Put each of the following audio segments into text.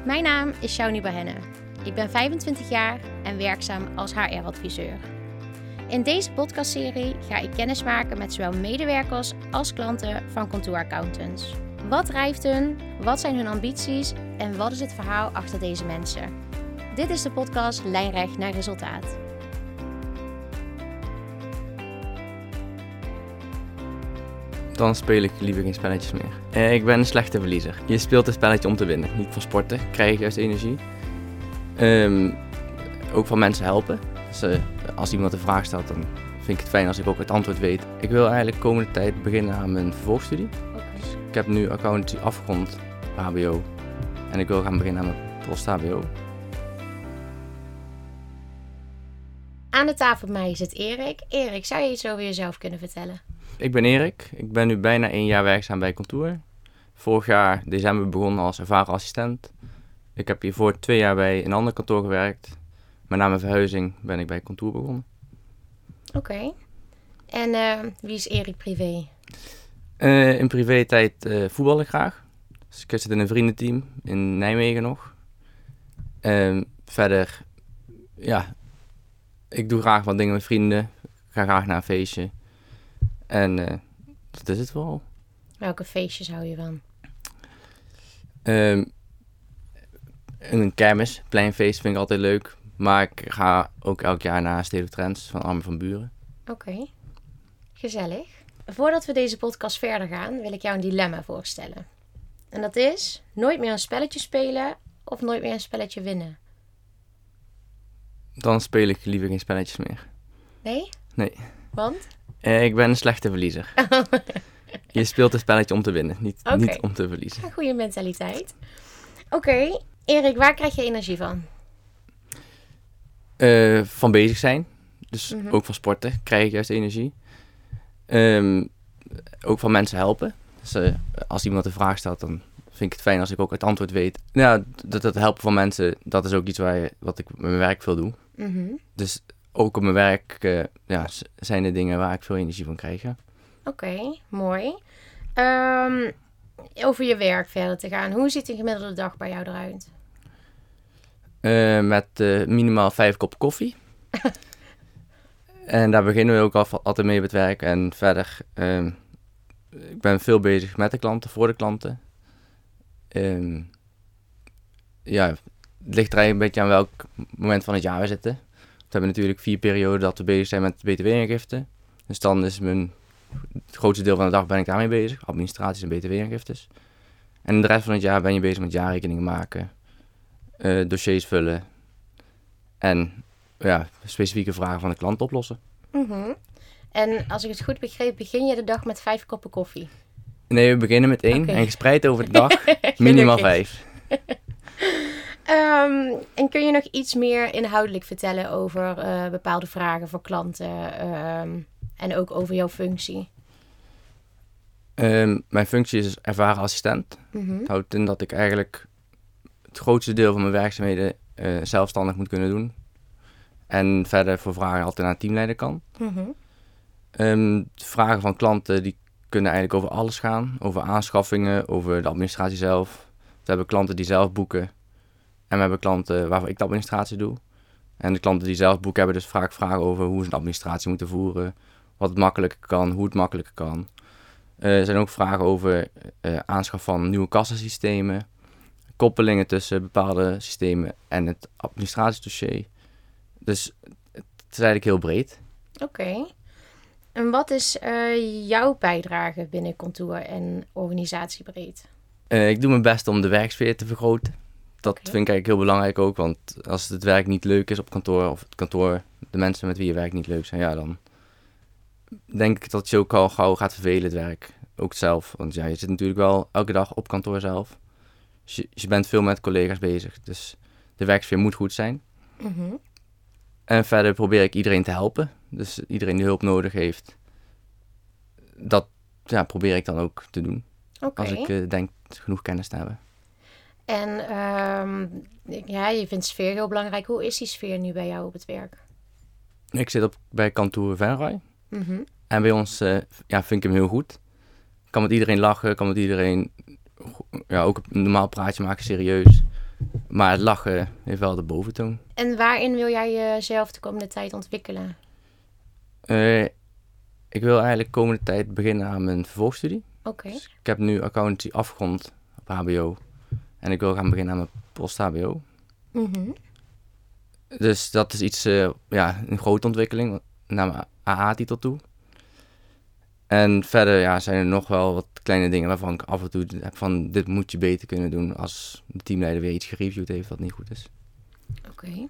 Mijn naam is Shauni Bahenne. Ik ben 25 jaar en werkzaam als HR-adviseur. In deze podcastserie ga ik kennis maken met zowel medewerkers als klanten van kantoor-accountants. Wat drijft hun? Wat zijn hun ambities? En wat is het verhaal achter deze mensen? Dit is de podcast Lijnrecht naar Resultaat. Dan speel ik liever geen spelletjes meer. Ik ben een slechte verliezer. Je speelt een spelletje om te winnen. Niet voor sporten, krijg je juist energie. Ook van mensen helpen. Dus, als iemand een vraag stelt, dan vind ik het fijn als ik ook het antwoord weet. Ik wil eigenlijk de komende tijd beginnen aan mijn vervolgstudie. Okay. Dus ik heb nu accountancy afgerond, HBO. En ik wil gaan beginnen aan mijn post-HBO. Aan de tafel bij mij zit Erik. Erik, zou je iets over jezelf kunnen vertellen? Ik ben Erik. Ik ben nu bijna 1 jaar werkzaam bij kantoor. Vorig jaar december begonnen als ervaren assistent. Ik heb hiervoor 2 jaar bij een ander kantoor gewerkt. Maar na mijn verhuizing ben ik bij kantoor begonnen. Oké. En wie is Erik privé? In privé-tijd voetbal ik graag. Dus ik zit in een vriendenteam in Nijmegen nog. Verder, ja, ik doe graag wat dingen met vrienden. Ik ga graag naar een feestje. En dat is het vooral. Welke feestjes hou je van? Een kermis, pleinfeest vind ik altijd leuk. Maar ik ga ook elk jaar naar State of Trends van Armin van Buuren. Oké, gezellig. Voordat we deze podcast verder gaan, wil ik jou een dilemma voorstellen. En dat is nooit meer een spelletje spelen of nooit meer een spelletje winnen. Dan speel ik liever geen spelletjes meer. Nee? Nee. Want? Ik ben een slechte verliezer. Je speelt een spelletje om te winnen, niet om te verliezen. Een goede mentaliteit. Oké, Erik, waar krijg je energie van? Van bezig zijn. Dus ook van sporten krijg ik juist energie. Ook van mensen helpen. Dus als iemand een vraag stelt, dan vind ik het fijn als ik ook het antwoord weet. Ja, dat helpen van mensen, dat is ook iets wat ik met mijn werk veel doe. Mm-hmm. Dus ook op mijn werk zijn er dingen waar ik veel energie van krijg. Ja. Oké, mooi. Over je werk verder te gaan. Hoe ziet een gemiddelde dag bij jou eruit? Met minimaal 5 kop koffie. En daar beginnen we ook altijd mee op het werk. En verder, ik ben veel bezig met de klanten, voor de klanten. Het ligt er eigenlijk een beetje aan welk moment van het jaar we zitten. We hebben natuurlijk 4 perioden dat we bezig zijn met btw-aangifte. Dus dan is het grootste deel van de dag ben ik daarmee bezig. Administraties en btw-aangiftes. En de rest van het jaar ben je bezig met jaarrekeningen maken. Dossiers vullen. En specifieke vragen van de klant oplossen. Mm-hmm. En als ik het goed begreep, begin je de dag met 5 koppen koffie? Nee, we beginnen met 1 en gespreid over de dag minimaal 5. En kun je nog iets meer inhoudelijk vertellen over bepaalde vragen voor klanten en ook over jouw functie? Mijn functie is ervaren assistent. Mm-hmm. Het houdt in dat ik eigenlijk het grootste deel van mijn werkzaamheden zelfstandig moet kunnen doen. En verder voor vragen altijd naar een teamleider kan. Mm-hmm. De vragen van klanten die kunnen eigenlijk over alles gaan. Over aanschaffingen, over de administratie zelf. We hebben klanten die zelf boeken. En we hebben klanten waarvoor ik de administratie doe. En de klanten die zelf boeken hebben dus vaak vragen over hoe ze de administratie moeten voeren. Wat het makkelijker kan, hoe het makkelijker kan. Er zijn ook vragen over aanschaf van nieuwe kassasystemen. Koppelingen tussen bepaalde systemen en het administratiedossier. Dus het is eigenlijk heel breed. Oké. En wat is jouw bijdrage binnen kantoor en organisatiebreed? Ik doe mijn best om de werksfeer te vergroten. Dat vind ik eigenlijk heel belangrijk ook. Want als het werk niet leuk is op kantoor, of het kantoor, de mensen met wie je werkt niet leuk zijn, ja, dan denk ik dat je ook al gauw gaat vervelen, het werk. Ook zelf. Want ja, je zit natuurlijk wel elke dag op kantoor zelf. Dus je bent veel met collega's bezig. Dus de werksfeer moet goed zijn. Mm-hmm. En verder probeer ik iedereen te helpen. Dus iedereen die hulp nodig heeft, dat probeer ik dan ook te doen. Okay. Als ik denk genoeg kennis te hebben. En je vindt sfeer heel belangrijk. Hoe is die sfeer nu bij jou op het werk? Ik zit bij kantoor Venray. Mm-hmm. En bij ons vind ik hem heel goed. Kan met iedereen lachen, kan met iedereen ook een normaal praatje maken, serieus. Maar het lachen heeft wel de boventoon. En waarin wil jij jezelf de komende tijd ontwikkelen? Ik wil eigenlijk de komende tijd beginnen aan mijn vervolgstudie. Oké. Dus ik heb nu accountancy afgerond op HBO. En ik wil gaan beginnen aan mijn post-HBO. Mhm. Dus dat is iets, een grote ontwikkeling naar mijn AA-titel toe. En verder zijn er nog wel wat kleine dingen waarvan ik af en toe heb van dit moet je beter kunnen doen als de teamleider weer iets gereviewd heeft wat niet goed is. Oké.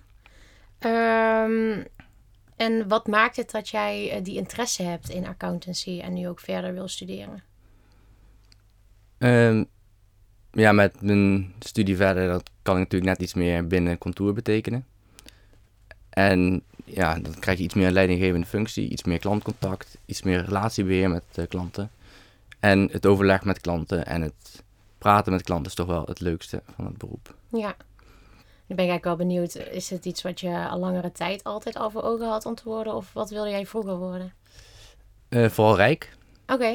En wat maakt het dat jij die interesse hebt in accountancy en nu ook verder wil studeren? Met mijn studie verder, dat kan ik natuurlijk net iets meer binnen kantoor betekenen. En ja, dan krijg je iets meer leidinggevende functie, iets meer klantcontact, iets meer relatiebeheer met klanten. En het overleg met klanten en het praten met klanten is toch wel het leukste van het beroep. Ja. Nu ben ik eigenlijk wel benieuwd, is het iets wat je al langere tijd altijd al voor ogen had om te worden? Of wat wilde jij vroeger worden? Vooral rijk. Oké.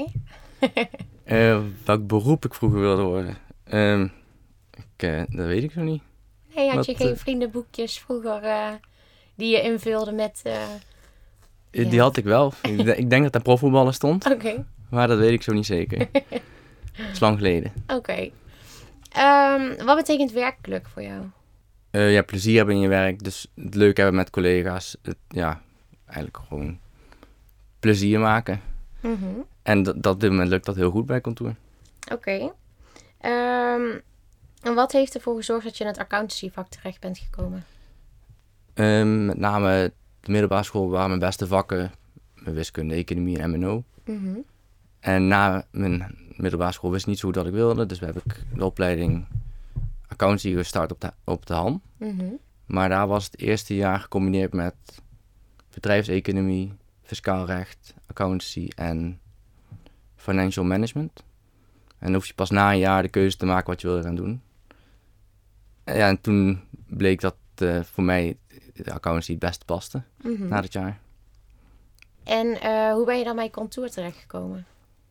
Welk beroep ik vroeger wilde worden? Dat weet ik zo niet. Nee, had je geen vriendenboekjes vroeger die je invulde met... Die had ik wel. Ik denk dat er profvoetballen stond. Oké. Maar dat weet ik zo niet zeker. Dat is lang geleden. Oké. Wat betekent werkgeluk voor jou? Plezier hebben in je werk. Dus het leuk hebben met collega's. Eigenlijk gewoon plezier maken. Mm-hmm. En dat op dit moment lukt dat heel goed bij kantoor. Oké. En wat heeft ervoor gezorgd dat je in het accountancyvak terecht bent gekomen? Met name de middelbare school waren mijn beste vakken mijn wiskunde, economie en MNO. Mm-hmm. En na mijn middelbare school wist ik niet zo goed wat ik wilde. Dus heb ik de opleiding accountancy gestart op de HAN. Mm-hmm. Maar daar was het eerste jaar gecombineerd met bedrijfseconomie, fiscaal recht, accountancy en financial management. En dan hoef je pas na een jaar de keuze te maken wat je wilde gaan doen. En toen bleek dat voor mij de accountancy het beste paste na dat jaar. En hoe ben je dan bij kantoor terechtgekomen?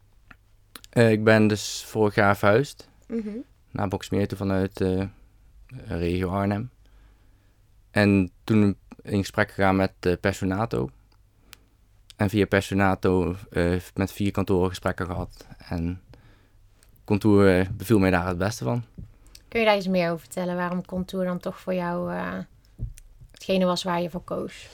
Ik ben dus vorig jaar verhuisd Mm-hmm. naar Boxmeer toe vanuit regio Arnhem. En toen in gesprek gegaan met Personato. En via Personato met 4 kantoren gesprekken gehad. En kantoor beviel mij daar het beste van. Kun je daar iets meer over vertellen? Waarom kantoor dan toch voor jou hetgene was waar je voor koos?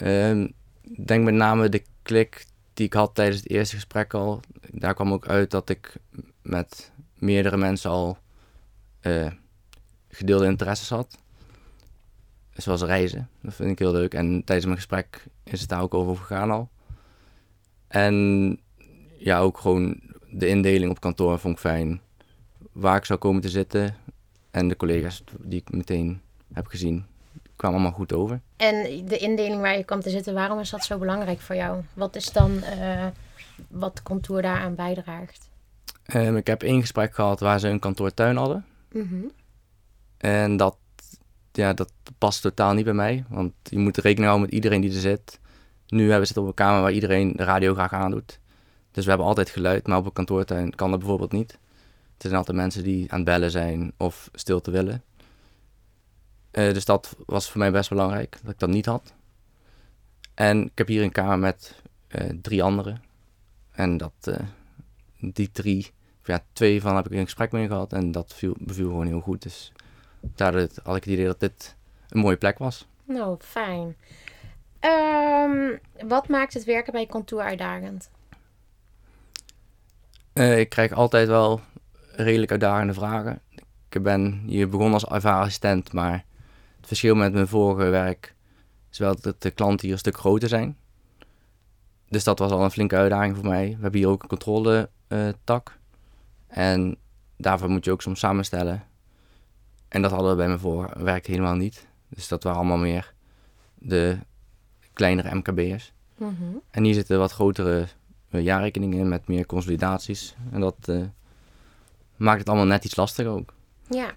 Ik denk met name de klik die ik had tijdens het eerste gesprek al. Daar kwam ook uit dat ik met meerdere mensen al gedeelde interesses had. Zoals reizen, dat vind ik heel leuk. En tijdens mijn gesprek is het daar ook over gegaan al. En ja, ook gewoon de indeling op kantoor vond ik fijn. Waar ik zou komen te zitten. En de collega's die ik meteen heb gezien, kwamen allemaal goed over. En de indeling waar je kwam te zitten, waarom is dat zo belangrijk voor jou? Wat is dan wat kantoor daaraan bijdraagt? Ik heb 1 gesprek gehad waar ze een kantoortuin hadden. Mm-hmm. En dat past totaal niet bij mij. Want je moet rekening houden met iedereen die er zit. Nu hebben ze het op een kamer waar iedereen de radio graag aandoet. Dus we hebben altijd geluid, maar op een kantoortuin kan dat bijvoorbeeld niet. Er zijn altijd mensen die aan het bellen zijn of stilte willen. Dus dat was voor mij best belangrijk, dat ik dat niet had. En ik heb hier een kamer met 3 anderen. En die 3, 2 van heb ik een gesprek mee gehad. En dat beviel gewoon heel goed. Dus daardoor had ik het idee dat dit een mooie plek was. Nou, fijn. Wat maakt het werken bij kantoor uitdagend? Ik krijg altijd wel redelijk uitdagende vragen. Ik ben hier begonnen als ervaren assistent, maar het verschil met mijn vorige werk is wel dat de klanten hier een stuk groter zijn. Dus dat was al een flinke uitdaging voor mij. We hebben hier ook een controletak. En daarvoor moet je ook soms samenstellen. En dat hadden we bij mijn vorige werk helemaal niet. Dus dat waren allemaal meer de kleinere MKB'ers. Mm-hmm. En hier zitten wat grotere jaarrekeningen met meer consolidaties. En dat maakt het allemaal net iets lastiger ook. Ja.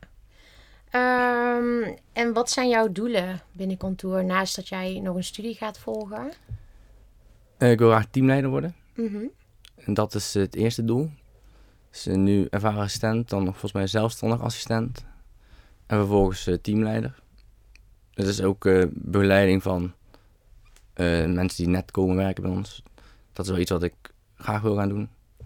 En wat zijn jouw doelen binnen kantoor naast dat jij nog een studie gaat volgen? Ik wil graag teamleider worden. Mm-hmm. En dat is het eerste doel. Dus nu ervaren assistent, dan nog volgens mij zelfstandig assistent. En vervolgens teamleider. Dat is ook begeleiding van mensen die net komen werken bij ons. Dat is wel iets wat ik graag wil gaan doen.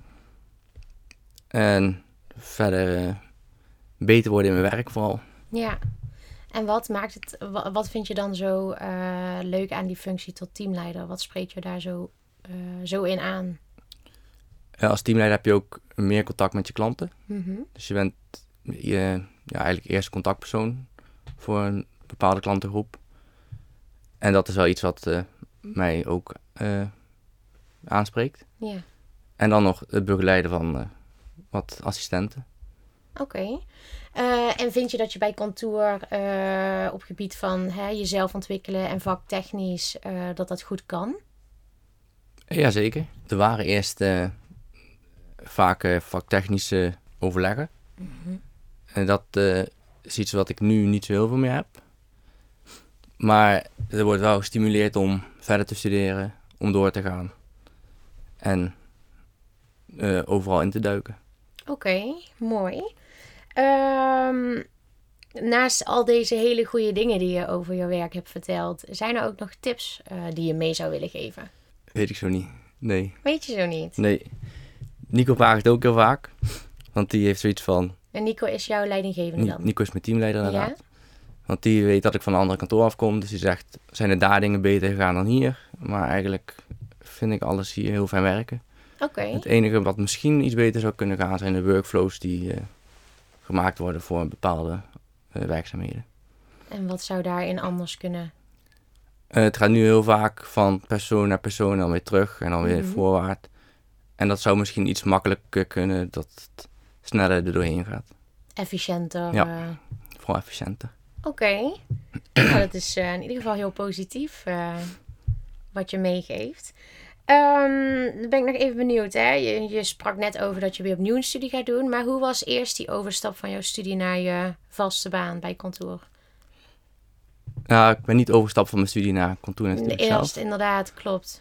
En verder beter worden in mijn werk vooral. Ja. En wat vind je dan zo leuk aan die functie tot teamleider? Wat spreekt je daar zo in aan? Als teamleider heb je ook meer contact met je klanten. Mm-hmm. Dus je bent eigenlijk eerste contactpersoon voor een bepaalde klantengroep. En dat is wel iets wat mij ook aanspreekt. Ja. En dan nog het begeleiden van wat assistenten. Oké. En vind je dat je bij kantoor op gebied van jezelf ontwikkelen en vaktechnisch dat goed kan? Jazeker. Er waren eerst vaak vaktechnische overleggen. Mm-hmm. En dat is iets wat ik nu niet zo heel veel meer heb. Maar er wordt wel gestimuleerd om verder te studeren, om door te gaan. En overal in te duiken. Oké, mooi. Naast al deze hele goede dingen die je over je werk hebt verteld, zijn er ook nog tips die je mee zou willen geven? Weet ik zo niet. Nee. Weet je zo niet? Nee. Nico vraagt het ook heel vaak. Want die heeft zoiets van... En Nico is jouw leidinggevende dan? Nico is mijn teamleider inderdaad. Ja? Want die weet dat ik van een andere kantoor afkom. Dus die zegt, zijn er daar dingen beter gegaan dan hier? Maar eigenlijk vind ik alles hier heel fijn werken. Oké. Het enige wat misschien iets beter zou kunnen gaan zijn de workflows die gemaakt worden voor bepaalde werkzaamheden. En wat zou daarin anders kunnen? Het gaat nu heel vaak van persoon naar persoon en dan weer terug en dan weer voorwaarts. En dat zou misschien iets makkelijker kunnen, dat het sneller er doorheen gaat. Efficiënter. Ja, vooral efficiënter. Oké. Nou, dat is in ieder geval heel positief wat je meegeeft. Dan ben ik nog even benieuwd. Hè? Je sprak net over dat je weer opnieuw een studie gaat doen. Maar hoe was eerst die overstap van jouw studie naar je vaste baan bij kantoor? Nou, ik ben niet overgestapt van mijn studie naar kantoor natuurlijk zelf. Eerst, inderdaad, klopt.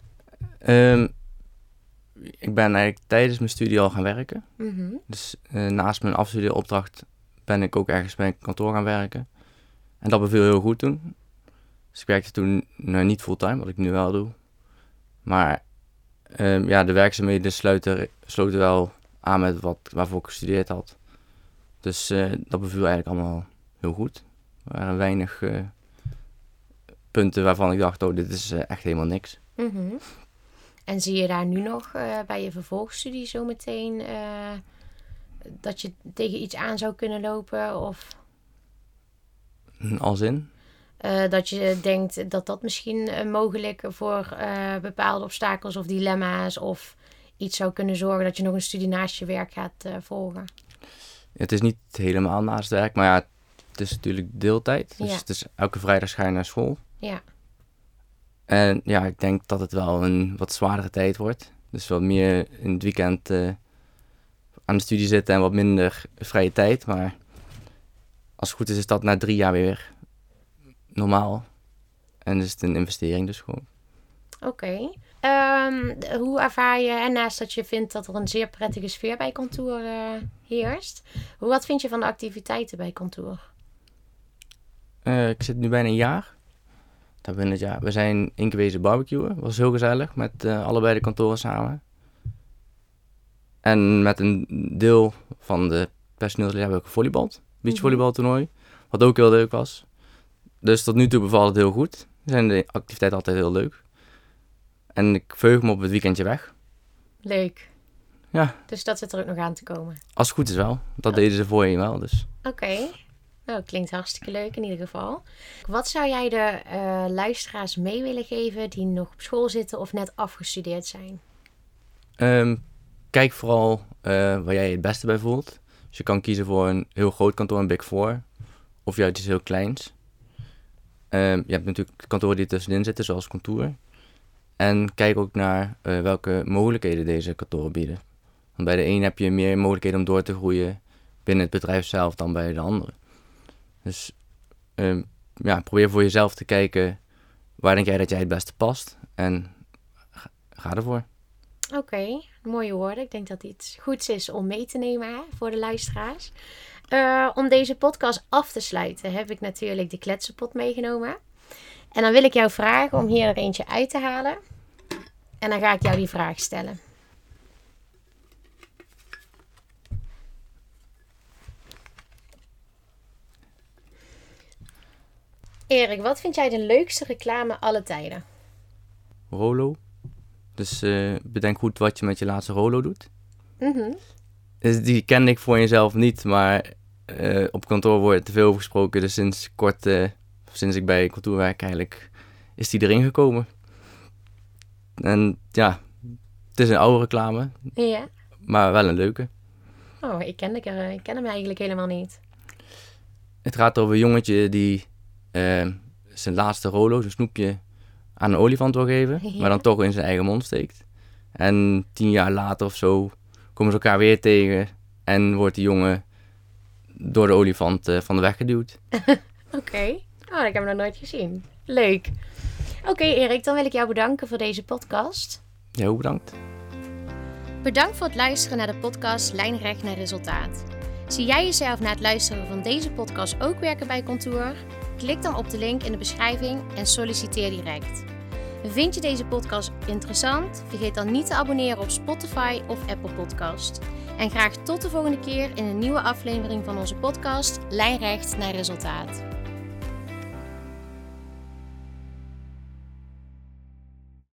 Ik ben eigenlijk tijdens mijn studie al gaan werken. Mm-hmm. Dus naast mijn afstudeeropdracht ben ik ook ergens bij een kantoor gaan werken. En dat beviel heel goed toen. Dus ik werkte toen niet fulltime, wat ik nu wel doe. Maar de werkzaamheden sloten wel aan met waarvoor ik gestudeerd had. Dus dat beviel eigenlijk allemaal heel goed. Er waren weinig punten waarvan ik dacht, dit is echt helemaal niks. Mm-hmm. En zie je daar nu nog bij je vervolgstudie zometeen dat je tegen iets aan zou kunnen lopen? Of Als in? Dat je denkt dat misschien mogelijk voor bepaalde obstakels of dilemma's of iets zou kunnen zorgen dat je nog een studie naast je werk gaat volgen? Het is niet helemaal naast werk, maar ja, het is natuurlijk deeltijd. Dus het is elke vrijdag ga je naar school. Ja. En ja, ik denk dat het wel een wat zwaardere tijd wordt. Dus wat meer in het weekend aan de studie zitten en wat minder vrije tijd. Maar als het goed is dat na 3 jaar weer normaal. En is het een investering dus gewoon. Oké. Hoe ervaar je, en naast dat je vindt dat er een zeer prettige sfeer bij kantoor heerst, wat vind je van de activiteiten bij kantoor? Ik zit nu bijna een jaar. We zijn 1 keer wezen barbecuen. Dat was heel gezellig met allebei de kantoren samen. En met een deel van de personeelsleden hebben we ook gevolleybald. Beachvolleybaltoernooi. Wat ook heel leuk was. Dus tot nu toe bevalt het heel goed. Zijn de activiteiten altijd heel leuk. En ik verheug me op het weekendje weg. Leuk. Ja. Dus dat zit er ook nog aan te komen? Als het goed is wel. Dat deden ze voorheen wel. Dus. Oké. Nou, klinkt hartstikke leuk in ieder geval. Wat zou jij de luisteraars mee willen geven die nog op school zitten of net afgestudeerd zijn? Kijk vooral waar jij je het beste bij voelt. Dus je kan kiezen voor een heel groot kantoor, een Big Four. Of juist iets heel kleins. Je hebt natuurlijk kantoren die tussenin zitten, zoals kantoor. En kijk ook naar welke mogelijkheden deze kantoren bieden. Want bij de een heb je meer mogelijkheden om door te groeien binnen het bedrijf zelf dan bij de andere. Dus probeer voor jezelf te kijken waar denk jij dat jij het beste past. En ga ervoor. Oké, mooie woorden. Ik denk dat iets goeds is om mee te nemen voor de luisteraars. Om deze podcast af te sluiten heb ik natuurlijk de kletsenpot meegenomen. En dan wil ik jou vragen om hier er eentje uit te halen. En dan ga ik jou die vraag stellen. Erik, wat vind jij de leukste reclame alle tijden? Rolo. Dus bedenk goed wat je met je laatste Rolo doet. Mm-hmm. Dus die kende ik voor jezelf niet, maar op kantoor wordt te veel over gesproken. Dus sinds kort, sinds ik bij kantoor werk eigenlijk, is die erin gekomen. En ja, het is een oude reclame, Ja. maar wel een leuke. Oh, ik ken hem eigenlijk helemaal niet. Het gaat over een jongetje die zijn laatste Rolo, zijn snoepje, aan een olifant wil geven, Ja. maar dan toch in zijn eigen mond steekt. En 10 jaar later of zo komen ze elkaar weer tegen en wordt die jongen door de olifant van de weg geduwd. Oké. Oh, dat heb ik nog nooit gezien. Leuk. Oké, Erik, dan wil ik jou bedanken voor deze podcast. Ja, ook bedankt. Bedankt voor het luisteren naar de podcast Lijnrecht naar Resultaat. Zie jij jezelf na het luisteren van deze podcast ook werken bij Contour? Klik dan op de link in de beschrijving en solliciteer direct. Vind je deze podcast interessant? Vergeet dan niet te abonneren op Spotify of Apple Podcast. En graag tot de volgende keer in een nieuwe aflevering van onze podcast Lijnrecht naar Resultaat.